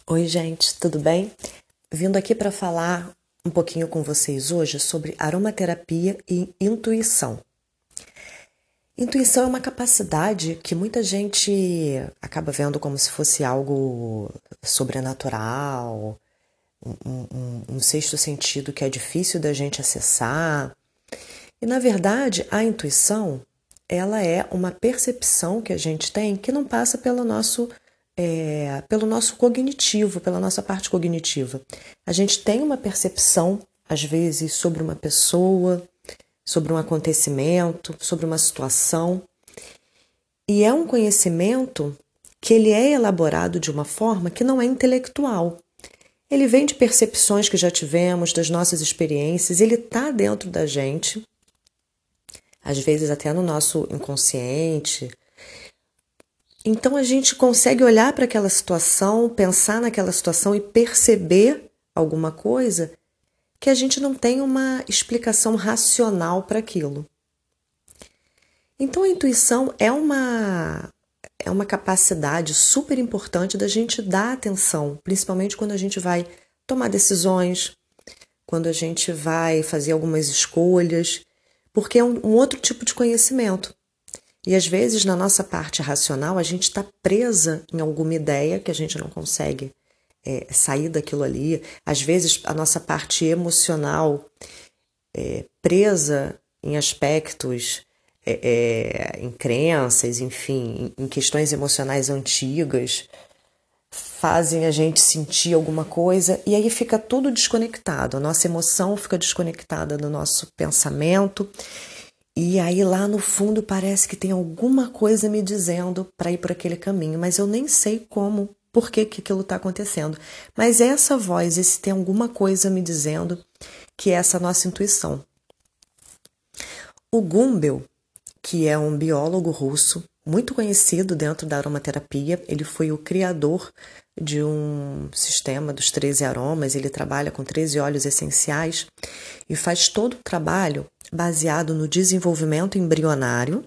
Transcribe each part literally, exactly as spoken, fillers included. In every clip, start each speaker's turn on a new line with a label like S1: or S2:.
S1: Oi, gente, tudo bem? Vindo aqui para falar um pouquinho com vocês hoje sobre aromaterapia e intuição. Intuição é uma capacidade que muita gente acaba vendo como se fosse algo sobrenatural, um, um, um sexto sentido que é difícil da gente acessar. E, na verdade, a intuição, ela é uma percepção que a gente tem que não passa pelo nosso é, pelo nosso cognitivo, pela nossa parte cognitiva. A gente tem uma percepção, às vezes, sobre uma pessoa, sobre um acontecimento, sobre uma situação, e é um conhecimento que ele é elaborado de uma forma que não é intelectual. Ele vem de percepções que já tivemos, das nossas experiências, ele está dentro da gente, às vezes até no nosso inconsciente. Então a gente consegue olhar para aquela situação, pensar naquela situação e perceber alguma coisa que a gente não tem uma explicação racional para aquilo. Então a intuição é uma é uma capacidade super importante da gente dar atenção, principalmente quando a gente vai tomar decisões, quando a gente vai fazer algumas escolhas, porque é um, um outro tipo de conhecimento. E às vezes, na nossa parte racional, a gente está presa em alguma ideia que a gente não consegue é, sair daquilo ali. Às vezes, a nossa parte emocional é presa em aspectos, é, é, em crenças, enfim, em, em questões emocionais antigas, fazem a gente sentir alguma coisa e aí fica tudo desconectado. A nossa emoção fica desconectada do nosso pensamento. E aí lá no fundo parece que tem alguma coisa me dizendo para ir por aquele caminho, mas eu nem sei como, por que que aquilo está acontecendo. Mas essa voz, esse tem alguma coisa me dizendo que é essa nossa intuição. O Gumbel, que é um biólogo russo, muito conhecido dentro da aromaterapia, ele foi o criador de um sistema dos treze aromas, ele trabalha com treze óleos essenciais e faz todo o trabalho baseado no desenvolvimento embrionário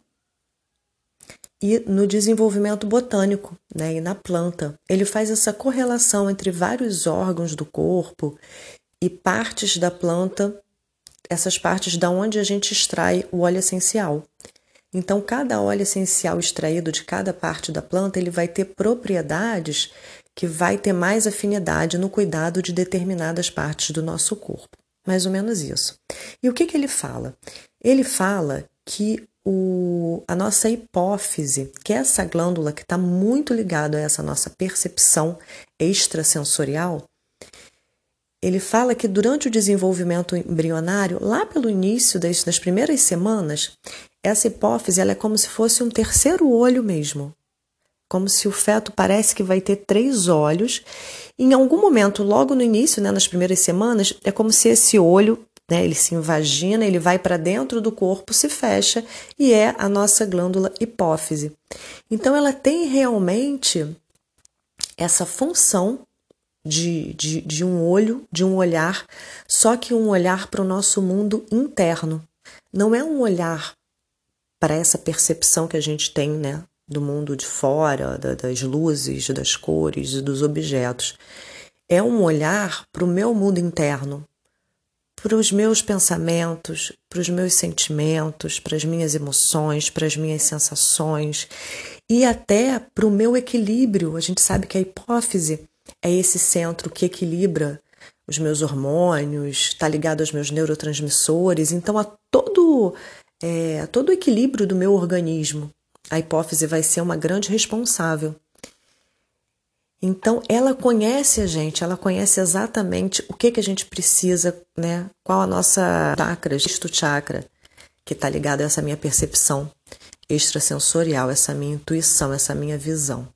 S1: e no desenvolvimento botânico, né, e na planta. Ele faz essa correlação entre vários órgãos do corpo e partes da planta, essas partes da onde a gente extrai o óleo essencial. Então, cada óleo essencial extraído de cada parte da planta, ele vai ter propriedades que vai ter mais afinidade no cuidado de determinadas partes do nosso corpo. Mais ou menos isso. E o que, que ele fala? Ele fala que o, a nossa hipófise, que é essa glândula que está muito ligada a essa nossa percepção extrasensorial, ele fala que durante o desenvolvimento embrionário, lá pelo início das, das primeiras semanas, essa hipófise ela é como se fosse um terceiro olho mesmo. Como se o feto parece que vai ter três olhos. E em algum momento, logo no início, né, nas primeiras semanas, é como se esse olho, né, ele se invagina, ele vai para dentro do corpo, se fecha e é a nossa glândula hipófise. Então, ela tem realmente essa função de, de, de um olho, de um olhar, só que um olhar para o nosso mundo interno. Não é um olhar para essa percepção que a gente tem, né, do mundo de fora, da, das luzes, das cores, dos objetos. É um olhar para o meu mundo interno, para os meus pensamentos, para os meus sentimentos, para as minhas emoções, para as minhas sensações e até para o meu equilíbrio. A gente sabe que a hipófise é esse centro que equilibra os meus hormônios, está ligado aos meus neurotransmissores, então a todo, é, todo o equilíbrio do meu organismo. A hipófise vai ser uma grande responsável. Então, ela conhece a gente, ela conhece exatamente o que, que a gente precisa, né? Qual a nossa chakra, sexto chakra, que está ligado a essa minha percepção extrasensorial, essa minha intuição, essa minha visão.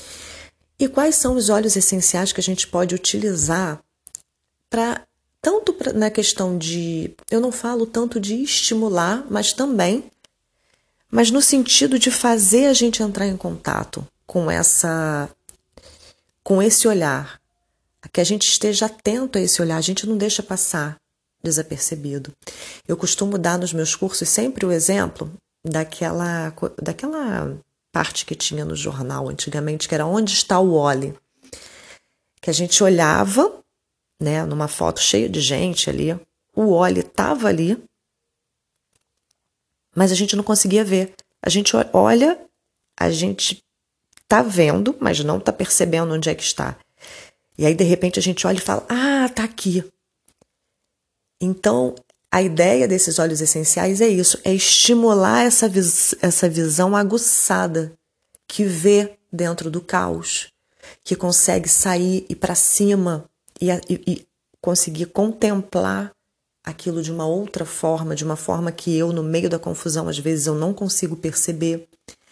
S1: E quais são os óleos essenciais que a gente pode utilizar para, tanto pra, na questão de, eu não falo tanto de estimular, mas também mas no sentido de fazer a gente entrar em contato com essa, com esse olhar, que a gente esteja atento a esse olhar, a gente não deixa passar desapercebido. Eu costumo dar nos meus cursos sempre o exemplo daquela, daquela parte que tinha no jornal antigamente, que era Onde está o Wally? que a gente olhava, né, numa foto cheia de gente ali, o óleo estava ali, mas a gente não conseguia ver. A gente olha, a gente tá vendo, mas não tá percebendo onde é que está. E aí, de repente, a gente olha e fala, ah, tá aqui. Então, a ideia desses óleos essenciais é isso, é estimular essa, vis- essa visão aguçada que vê dentro do caos, que consegue sair e ir para cima e, e, e conseguir contemplar aquilo de uma outra forma, de uma forma que eu, no meio da confusão, às vezes eu não consigo perceber.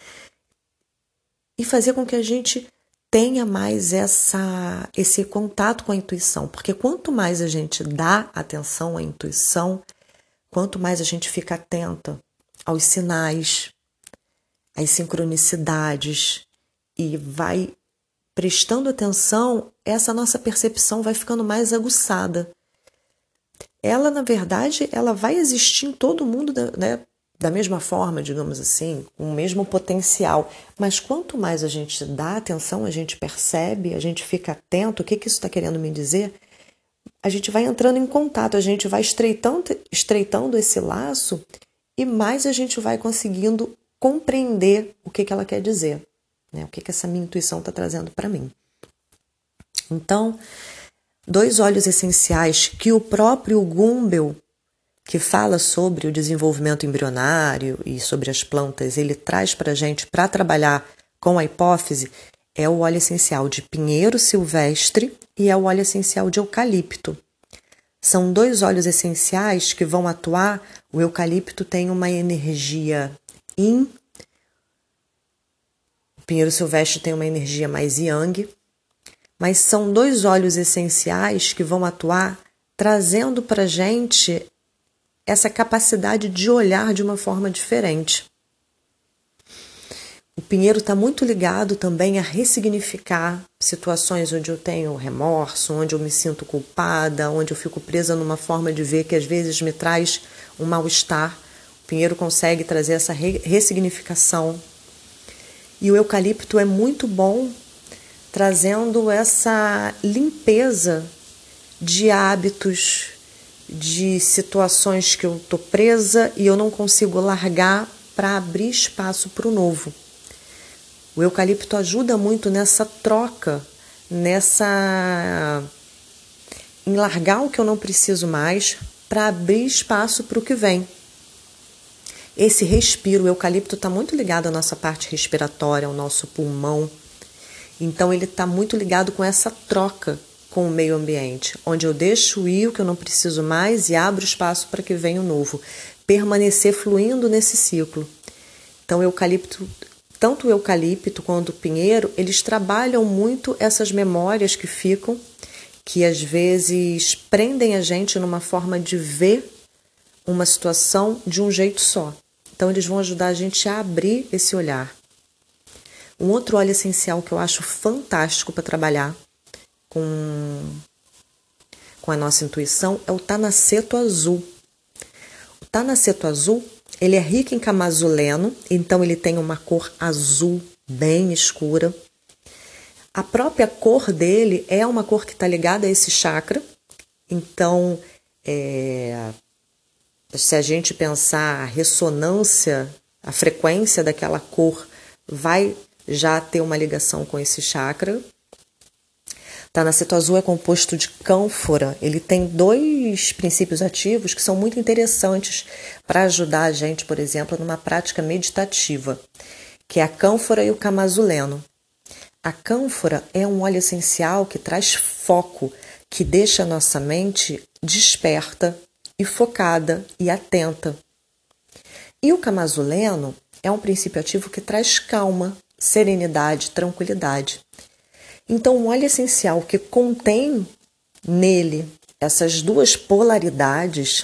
S1: E fazer com que a gente tenha mais essa, esse contato com a intuição, porque quanto mais a gente dá atenção à intuição, quanto mais a gente fica atenta aos sinais, às sincronicidades e vai prestando atenção, essa nossa percepção vai ficando mais aguçada. Ela, na verdade, ela vai existir em todo mundo, né, da mesma forma, digamos assim, com o mesmo potencial. Mas quanto mais a gente dá atenção, a gente percebe, a gente fica atento, o que, que isso está querendo me dizer, a gente vai entrando em contato, a gente vai estreitando, estreitando esse laço e mais a gente vai conseguindo compreender o que, que ela quer dizer, né? O que, que essa minha intuição está trazendo para mim. Então, dois óleos essenciais que o próprio Gumbel, que fala sobre o desenvolvimento embrionário e sobre as plantas, ele traz para a gente para trabalhar com a hipófise, é o óleo essencial de pinheiro silvestre e é o óleo essencial de eucalipto. São dois óleos essenciais que vão atuar. O eucalipto tem uma energia yin, o pinheiro silvestre tem uma energia mais yang, mas são dois óleos essenciais que vão atuar trazendo para a gente essa capacidade de olhar de uma forma diferente. O pinheiro está muito ligado também a ressignificar situações onde eu tenho remorso, onde eu me sinto culpada, onde eu fico presa numa forma de ver que às vezes me traz um mal-estar. O pinheiro consegue trazer essa re- ressignificação. E o eucalipto é muito bom trazendo essa limpeza de hábitos, de situações que eu estou presa e eu não consigo largar para abrir espaço para o novo. O eucalipto ajuda muito nessa troca, nessa em largar o que eu não preciso mais para abrir espaço para o que vem. Esse respiro, o eucalipto está muito ligado à nossa parte respiratória, ao nosso pulmão. Então ele está muito ligado com essa troca com o meio ambiente, onde eu deixo ir o que eu não preciso mais e abro espaço para que venha o novo. Permanecer fluindo nesse ciclo. Então o eucalipto, tanto o eucalipto quanto o pinheiro, eles trabalham muito essas memórias que ficam, que às vezes prendem a gente numa forma de ver uma situação de um jeito só. Então eles vão ajudar a gente a abrir esse olhar. Um outro óleo essencial que eu acho fantástico para trabalhar com, com a nossa intuição é o tanaceto azul. O tanaceto azul, ele é rico em camazuleno, então ele tem uma cor azul bem escura. A própria cor dele é uma cor que está ligada a esse chakra. Então, é, se a gente pensar a ressonância, a frequência daquela cor vai já ter uma ligação com esse chakra. Tanaceto azul é composto de cânfora. Ele tem dois princípios ativos que são muito interessantes para ajudar a gente, por exemplo, numa prática meditativa, que é a cânfora e o camazuleno. A cânfora é um óleo essencial que traz foco, que deixa a nossa mente desperta e focada e atenta. E o camazuleno é um princípio ativo que traz calma, serenidade, tranquilidade. Então, um óleo essencial que contém nele essas duas polaridades,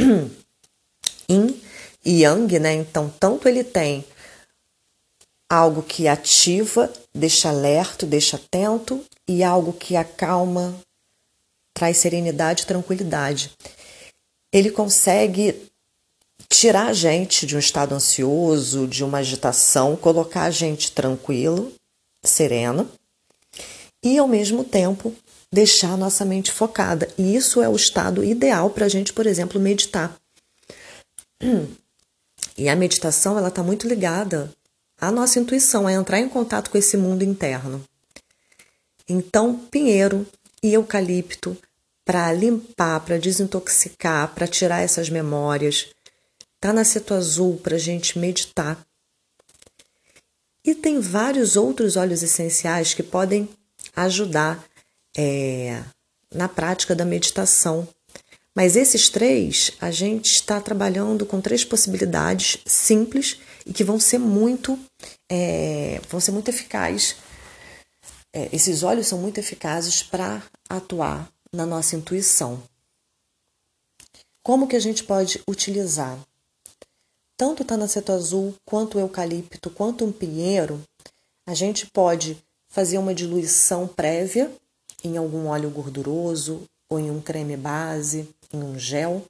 S1: yin e yang, né? Então, tanto ele tem algo que ativa, deixa alerta, deixa atento, e algo que acalma, traz serenidade e tranquilidade. Ele consegue tirar a gente de um estado ansioso, de uma agitação, colocar a gente tranquilo, sereno, e, ao mesmo tempo, deixar a nossa mente focada. E isso é o estado ideal para a gente, por exemplo, meditar. E a meditação, ela está muito ligada à nossa intuição, a entrar em contato com esse mundo interno. Então, pinheiro e eucalipto, para limpar, para desintoxicar, para tirar essas memórias. Tá na Ceto Azul para a gente meditar. E tem vários outros óleos essenciais que podem ajudar é, na prática da meditação. Mas esses três, a gente está trabalhando com três possibilidades simples e que vão ser muito, é, vão ser muito eficazes. É, esses óleos são muito eficazes para atuar na nossa intuição. Como que a gente pode utilizar? Tanto o Tanaceto Azul, quanto o eucalipto, quanto um pinheiro, a gente pode fazer uma diluição prévia em algum óleo gorduroso ou em um creme base, em um gel.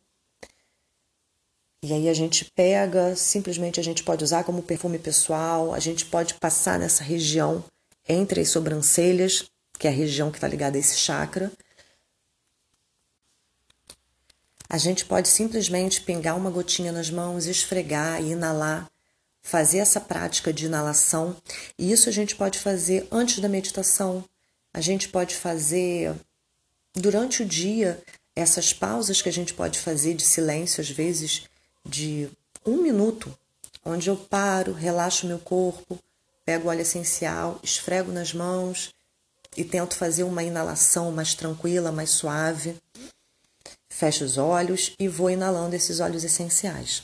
S1: E aí a gente pega, simplesmente a gente pode usar como perfume pessoal, a gente pode passar nessa região entre as sobrancelhas, que é a região que está ligada a esse chakra. A gente pode simplesmente pingar uma gotinha nas mãos, esfregar e inalar, fazer essa prática de inalação. E isso a gente pode fazer antes da meditação. A gente pode fazer durante o dia, essas pausas que a gente pode fazer de silêncio, às vezes de um minuto, onde eu paro, relaxo meu corpo, pego o óleo essencial, esfrego nas mãos e tento fazer uma inalação mais tranquila, mais suave. Fecho os olhos e vou inalando esses óleos essenciais.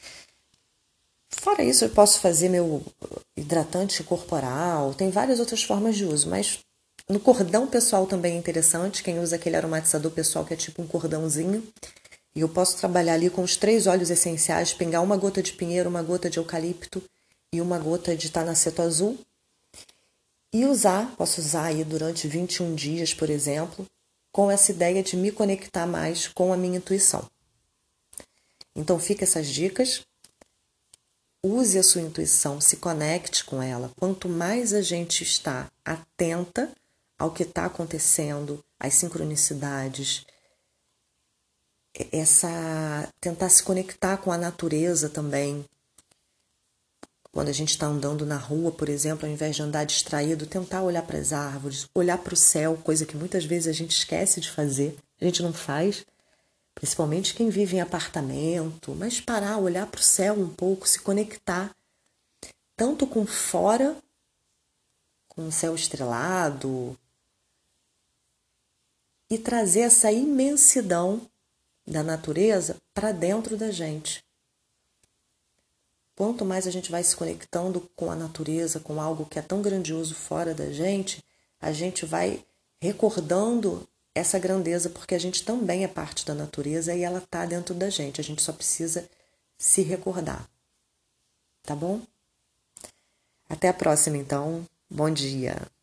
S1: Fora isso, eu posso fazer meu hidratante corporal, tem várias outras formas de uso, mas no cordão pessoal também é interessante, quem usa aquele aromatizador pessoal que é tipo um cordãozinho, e eu posso trabalhar ali com os três óleos essenciais, pingar uma gota de pinheiro, uma gota de eucalipto e uma gota de Tanaceto Azul, e usar, posso usar aí durante vinte e um dias, por exemplo, com essa ideia de me conectar mais com a minha intuição. Então, fica essas dicas. Use a sua intuição, se conecte com ela. Quanto mais a gente está atenta ao que está acontecendo, às sincronicidades, essa tentar se conectar com a natureza também. Quando a gente está andando na rua, por exemplo, ao invés de andar distraído, tentar olhar para as árvores, olhar para o céu, coisa que muitas vezes a gente esquece de fazer, a gente não faz, principalmente quem vive em apartamento, mas parar, olhar para o céu um pouco, se conectar, tanto com fora, com o céu estrelado, e trazer essa imensidão da natureza para dentro da gente. Quanto mais a gente vai se conectando com a natureza, com algo que é tão grandioso fora da gente, a gente vai recordando essa grandeza, porque a gente também é parte da natureza e ela está dentro da gente. A gente só precisa se recordar. Tá bom? Até a próxima, então. Bom dia!